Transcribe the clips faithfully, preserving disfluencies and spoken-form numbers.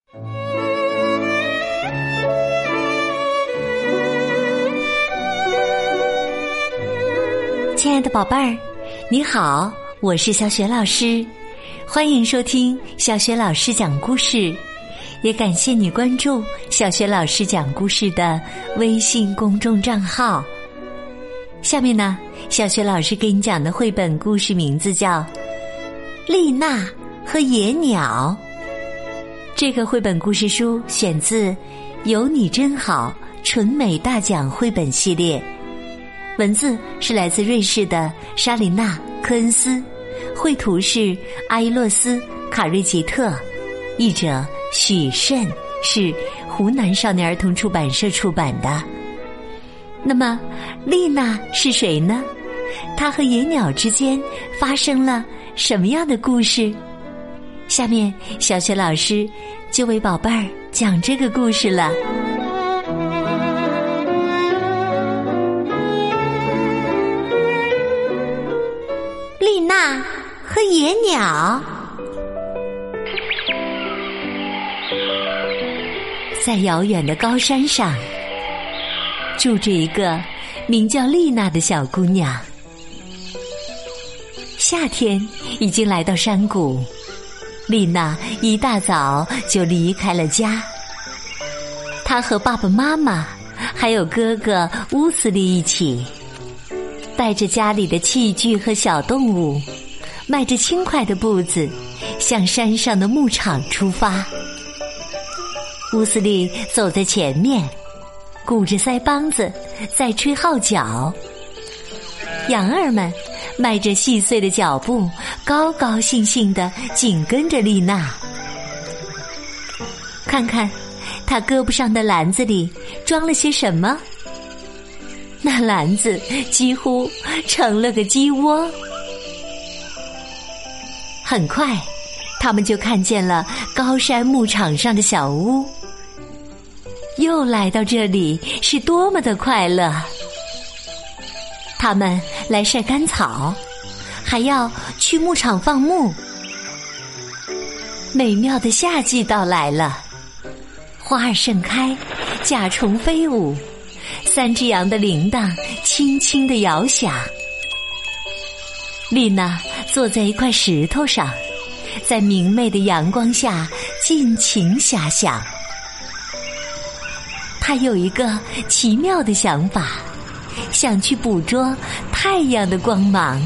亲爱的宝贝儿，你好，我是小雪老师，欢迎收听小雪老师讲故事，也感谢你关注小雪老师讲故事的微信公众账号。下面呢，小雪老师给你讲的绘本故事名字叫《丽娜和野鸟》。这个绘本故事书选自《有你真好》纯美大奖绘本系列，文字是来自瑞士的莎琳娜·科恩斯，绘图是阿伊洛斯·卡瑞吉特，译者许慎，是湖南少年儿童出版社出版的。那么丽娜是谁呢？她和野鸟之间发生了什么样的故事？下面小雪老师就为宝贝儿讲这个故事了。丽娜和野鸟。在遥远的高山上，住着一个名叫丽娜的小姑娘。夏天已经来到山谷，丽娜一大早就离开了家。她和爸爸妈妈还有哥哥乌斯利一起，带着家里的器具和小动物，迈着轻快的步子向山上的牧场出发。乌斯利走在前面，鼓着腮帮子在吹号角，羊儿们迈着细碎的脚步，高高兴兴地紧跟着丽娜。看看她胳膊上的篮子里装了些什么？那篮子几乎成了个鸡窝。很快他们就看见了高山牧场上的小屋。又来到这里是多么的快乐！他们来晒干草，还要去牧场放牧。美妙的夏季到来了，花儿盛开，甲虫飞舞，三只羊的铃铛轻轻地摇响。丽娜坐在一块石头上，在明媚的阳光下尽情遐想。她有一个奇妙的想法，想去捕捉太阳的光芒。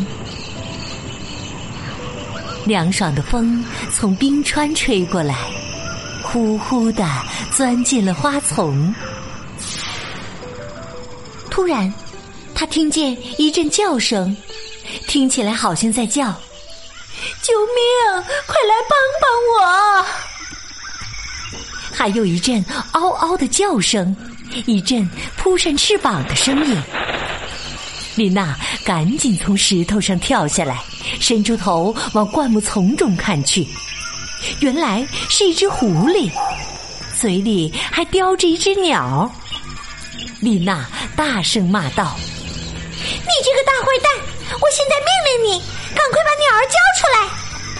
凉爽的风从冰川吹过来，呼呼地钻进了花丛。突然他听见一阵叫声，听起来好像在叫：救命，快来帮帮我！还有一阵嗷嗷的叫声，一阵扑扇翅膀的声音。丽娜赶紧从石头上跳下来，伸出头往灌木丛中看去，原来是一只狐狸，嘴里还叼着一只鸟。丽娜大声骂道：你这个大坏蛋，我现在命令你赶快把鸟儿交出来！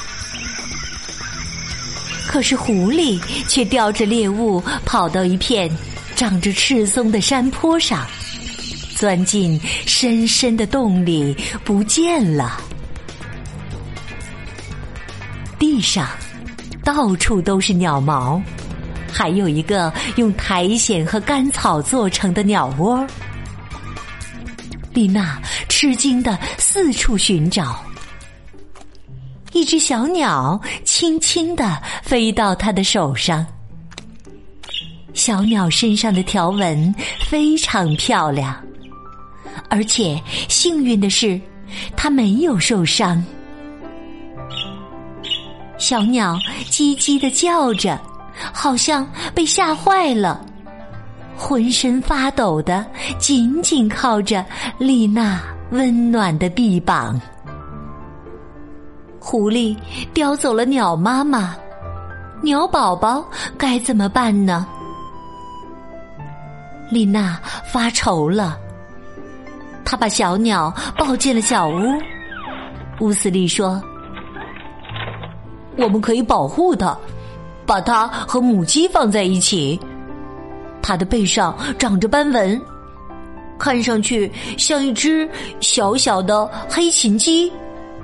可是狐狸却叼着猎物跑到一片长着赤松的山坡上，钻进深深的洞里不见了。地上到处都是鸟毛，还有一个用苔藓和干草做成的鸟窝。丽娜吃惊地四处寻找，一只小鸟轻轻地飞到她的手上。小鸟身上的条纹非常漂亮，而且幸运的是，它没有受伤。小鸟叽叽地叫着，好像被吓坏了，浑身发抖地紧紧靠着丽娜温暖的臂膀。狐狸叼走了鸟妈妈，鸟宝宝该怎么办呢？丽娜发愁了，她把小鸟抱进了小屋。乌斯利说：我们可以保护它，把把它和母鸡放在一起。它的背上长着斑纹，看上去像一只小小的黑禽鸡。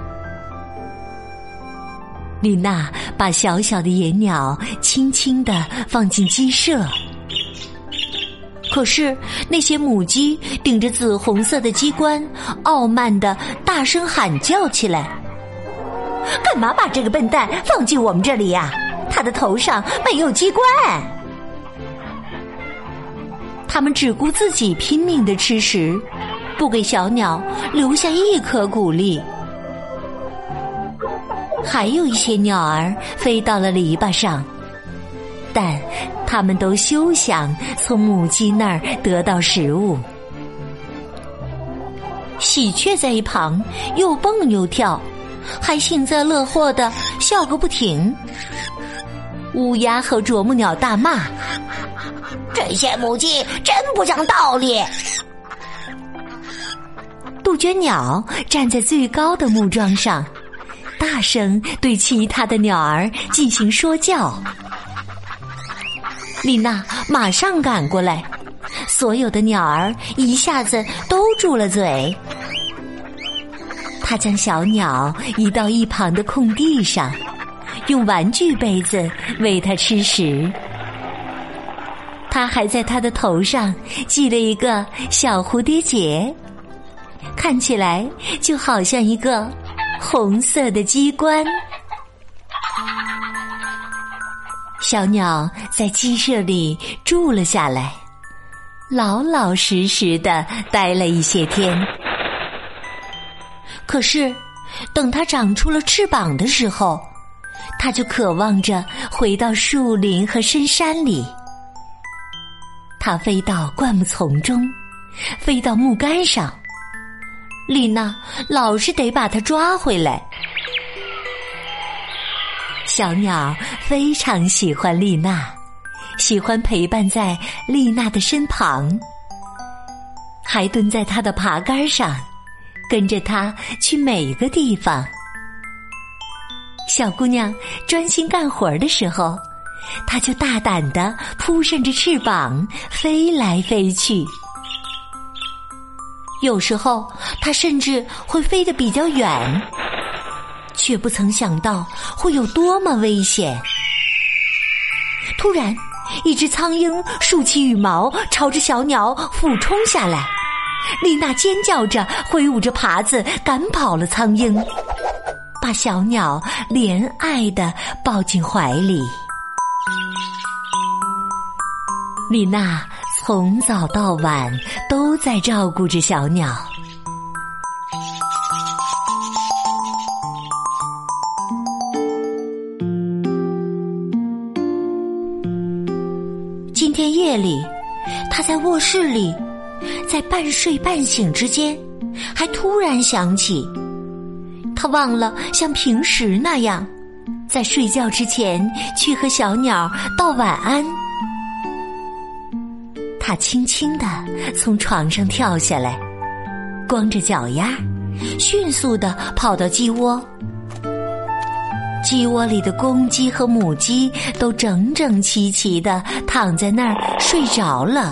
丽娜把小小的野鸟轻轻地放进鸡舍，可是那些母鸡顶着紫红色的鸡冠，傲慢地大声喊叫起来：干嘛把这个笨蛋放进我们这里呀？他的头上没有鸡冠。他们只顾自己拼命地吃食，不给小鸟留下一颗谷粒。还有一些鸟儿飞到了篱笆上，但它们都休想从母鸡那儿得到食物。喜鹊在一旁又蹦又跳，还幸灾乐祸地笑个不停。乌鸦和啄木鸟大骂：这些母鸡真不讲道理。杜鹃鸟站在最高的木桩上，大声对其他的鸟儿进行说教。丽娜马上赶过来，所有的鸟儿一下子都住了嘴。她将小鸟移到一旁的空地上，用玩具杯子喂它吃食。她还在它的头上系了一个小蝴蝶结，看起来就好像一个红色的鸡冠。小鸟在鸡舍里住了下来，老老实实地待了一些天。可是等它长出了翅膀的时候，它就渴望着回到树林和深山里。它飞到灌木丛中，飞到木杆上，丽娜老是得把它抓回来。小鸟非常喜欢丽娜，喜欢陪伴在丽娜的身旁，还蹲在她的爬杆上，跟着她去每个地方。小姑娘专心干活的时候，她就大胆地扑扇着翅膀飞来飞去。有时候它甚至会飞得比较远，却不曾想到会有多么危险。突然，一只苍蝇竖起羽毛朝着小鸟俯冲下来，丽娜尖叫着挥舞着耙子赶跑了苍蝇，把小鸟怜爱地抱进怀里。丽娜从早到晚都在照顾着小鸟。今天夜里，她在卧室里，在半睡半醒之间，还突然想起，她忘了像平时那样，在睡觉之前去和小鸟道晚安。她轻轻地从床上跳下来，光着脚丫，迅速地跑到鸡窝。鸡窝里的公鸡和母鸡都整整齐齐地躺在那儿睡着了。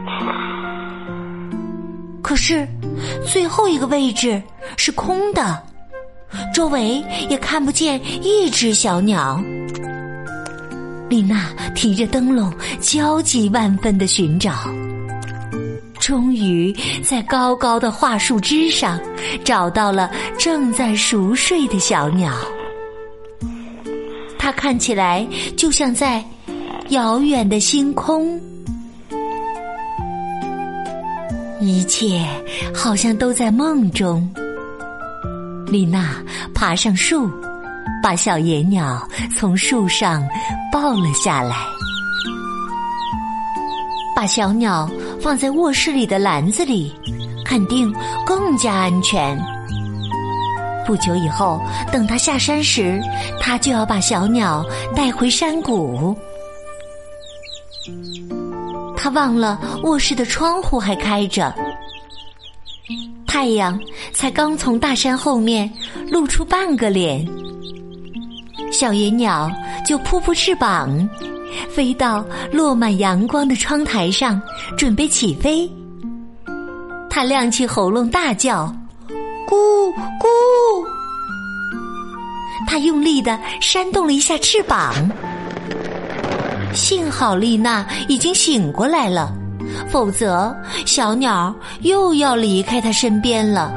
可是最后一个位置是空的，周围也看不见一只小鸟。丽娜提着灯笼，焦急万分地寻找，终于在高高的桦树枝上找到了正在熟睡的小鸟。它看起来就像在遥远的星空，一切好像都在梦中。丽娜爬上树，把小野鸟从树上抱了下来，把小鸟放在卧室里的篮子里，肯定更加安全。不久以后，等他下山时，他就要把小鸟带回山谷。他忘了卧室的窗户还开着，太阳才刚从大山后面露出半个脸。 小野鸟就扑扑翅膀，飞到落满阳光的窗台上，准备起飞。它亮起喉咙大叫：咕咕！它用力地扇动了一下翅膀。幸好丽娜已经醒过来了，否则小鸟又要离开它身边了。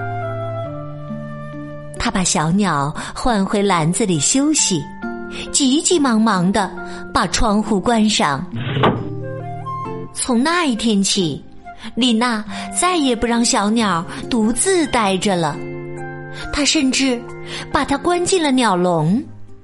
他把小鸟换回篮子里休息，急急忙忙地把窗户关上。从那一天起，丽娜再也不让小鸟独自待着了，她甚至把它关进了鸟笼。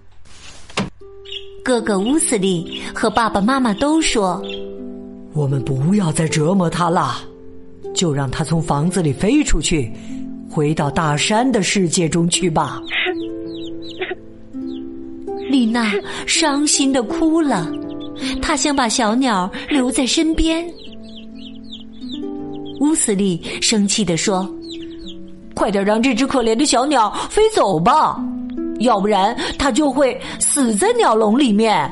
哥哥乌斯利和爸爸妈妈都说： 我们不要再折磨它了，就让它从房子里飞出去，回到大山的世界中去吧。 丽娜伤心地哭了，她想把小鸟留在身边。乌斯利生气地说：快点让这只可怜的小鸟飞走吧，要不然它就会死在鸟笼里面。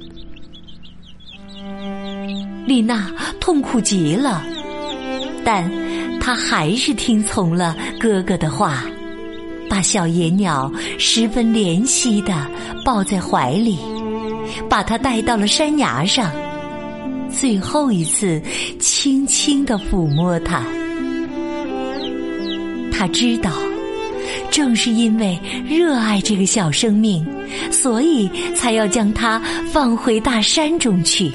丽娜痛苦极了，但她还是听从了哥哥的话，把小野鸟十分怜惜地抱在怀里，把它带到了山崖上，最后一次轻轻地抚摸它。他知道，正是因为热爱这个小生命，所以才要将它放回大山中去。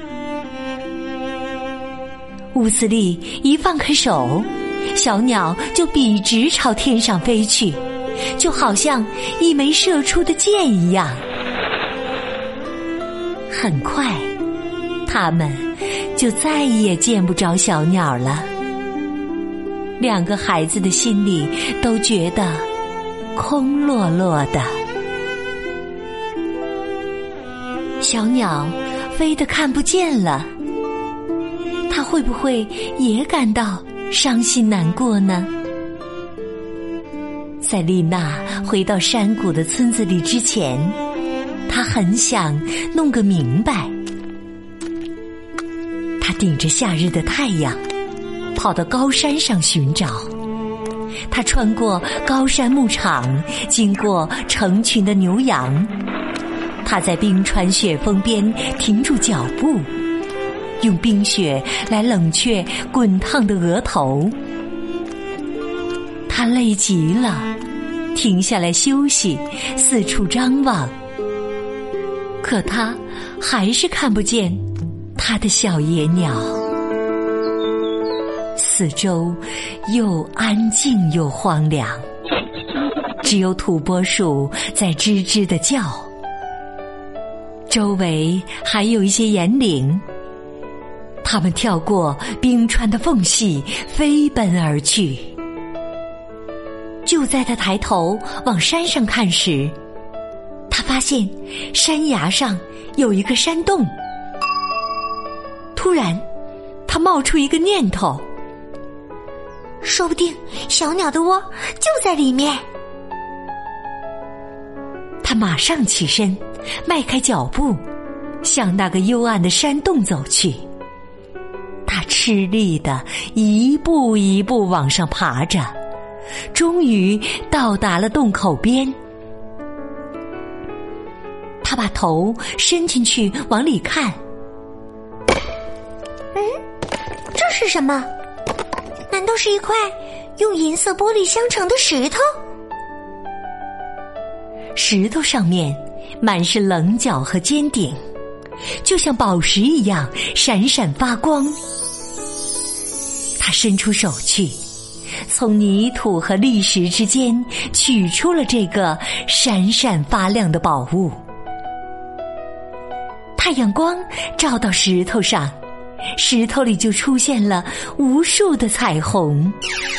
乌斯利一放开手，小鸟就笔直朝天上飞去，就好像一枚射出的箭一样。很快，他们就再也见不着小鸟了。两个孩子的心里都觉得空落落的。小鸟飞得看不见了，它会不会也感到伤心难过呢？在丽娜回到山谷的村子里之前，她很想弄个明白。她顶着夏日的太阳，跑到高山上寻找。他穿过高山牧场，经过成群的牛羊。他在冰川雪峰边停住脚步，用冰雪来冷却滚烫的额头。他累极了，停下来休息，四处张望。可他还是看不见他的小野鸟。四周又安静又荒凉，只有土拨鼠在吱吱地叫。周围还有一些岩岭，它们跳过冰川的缝隙，飞奔而去。就在他抬头往山上看时，他发现山崖上有一个山洞。突然，他冒出一个念头，说不定小鸟的窝就在里面。他马上起身，迈开脚步，向那个幽暗的山洞走去。他吃力地一步一步往上爬着，终于到达了洞口边。他把头伸进去往里看。 嗯，这是什么？难道是一块用银色玻璃镶成的石头？ 石头上面满是棱角和尖顶，就像宝石一样闪闪发光。他伸出手去，从泥土和砾石之间取出了这个闪闪发亮的宝物。太阳光照到石头上，石头里就出现了无数的彩虹。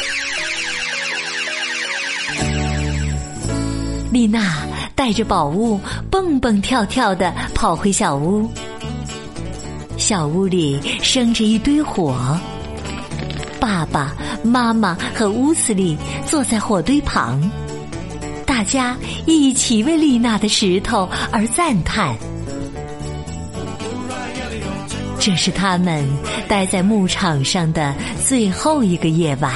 丽娜带着宝物蹦蹦跳跳地跑回小屋。小屋里生着一堆火，爸爸妈妈和乌斯利坐在火堆旁， 大家一起为丽娜的石头而赞叹。这是他们待在牧场上的最后一个夜晚，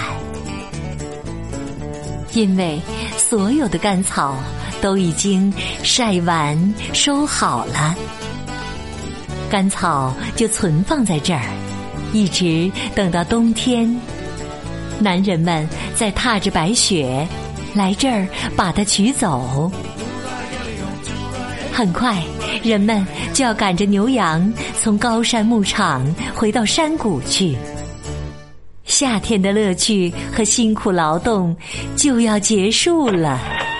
因为所有的干草都已经晒完收好了，干草就存放在这儿，一直等到冬天，男人们再踏着白雪来这儿把它取走。很快，人们就要赶着牛羊从高山牧场回到山谷去，夏天的乐趣和辛苦劳动就要结束了。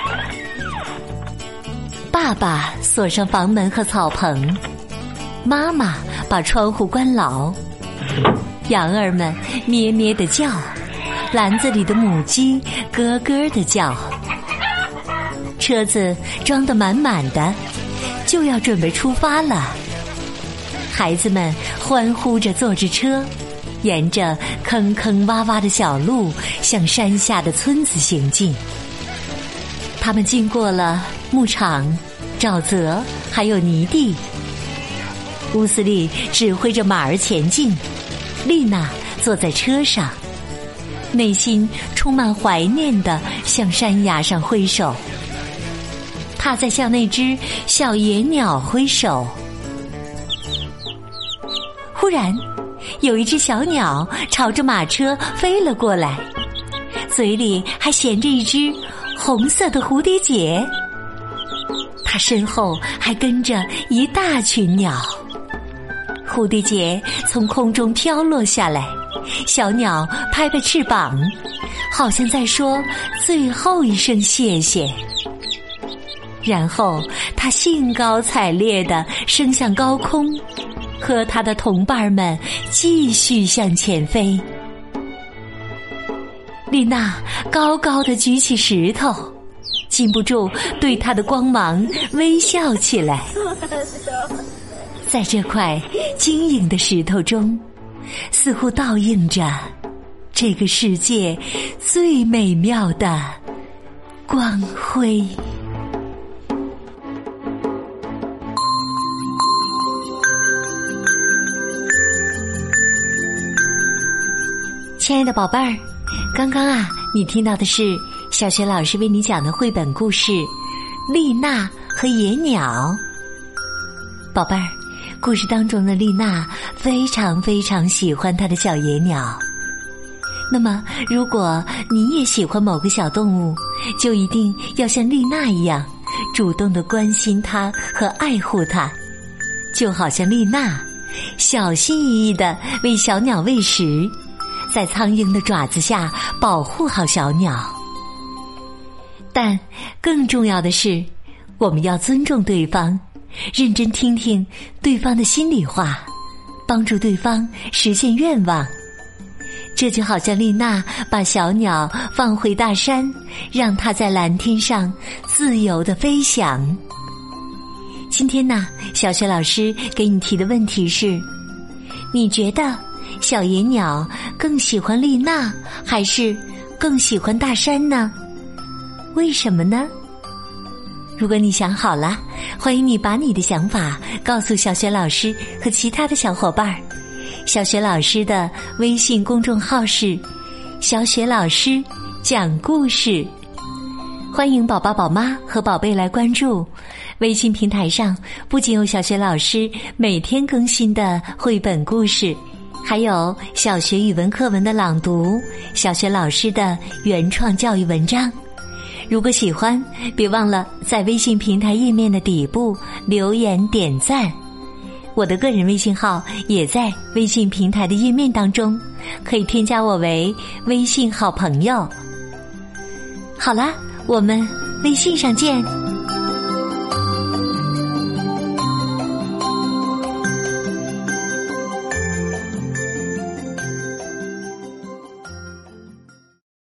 爸爸锁上房门和草棚，妈妈把窗户关牢，羊儿们咩咩地叫，篮子里的母鸡咯咯地叫，车子装得满满的，就要准备出发了。孩子们欢呼着坐着车，沿着坑坑洼洼的小路向山下的村子行进。他们经过了牧场、沼泽，还有泥地。乌斯利指挥着马儿前进，丽娜坐在车上，内心充满怀念地向山崖上挥手。她在向那只小野鸟挥手。忽然，有一只小鸟朝着马车飞了过来，嘴里还衔着一只红色的蝴蝶结。它身后还跟着一大群鸟。蝴蝶结从空中飘落下来，小鸟拍拍翅膀，好像在说最后一声谢谢。然后它兴高采烈地升向高空，和它的同伴们继续向前飞。丽娜高高地举起石头，禁不住对它的光芒微笑起来。在这块晶莹的石头中，似乎倒映着这个世界最美妙的光辉。亲爱的宝贝儿，刚刚啊，你听到的是小学老师为你讲的绘本故事《丽娜和野鸟》。宝贝儿，故事当中的丽娜非常非常喜欢她的小野鸟。那么，如果你也喜欢某个小动物，就一定要像丽娜一样，主动地关心它和爱护它，就好像丽娜小心翼翼地为小鸟喂食，在苍蝇的爪子下保护好小鸟。但更重要的是，我们要尊重对方，认真听听对方的心里话，帮助对方实现愿望。这就好像丽娜把小鸟放回大山，让它在蓝天上自由地飞翔。今天呢，小学老师给你提的问题是：你觉得小野鸟更喜欢丽娜，还是更喜欢大山呢？为什么呢？如果你想好了，欢迎你把你的想法告诉小学老师和其他的小伙伴。小学老师的微信公众号是小雪老师讲故事，欢迎宝宝宝妈和宝贝来关注。微信平台上不仅有小学老师每天更新的绘本故事，还有小学语文课文的朗读，小学老师的原创教育文章。如果喜欢，别忘了在微信平台页面的底部留言点赞。我的个人微信号也在微信平台的页面当中，可以添加我为微信好朋友。好啦，我们微信上见。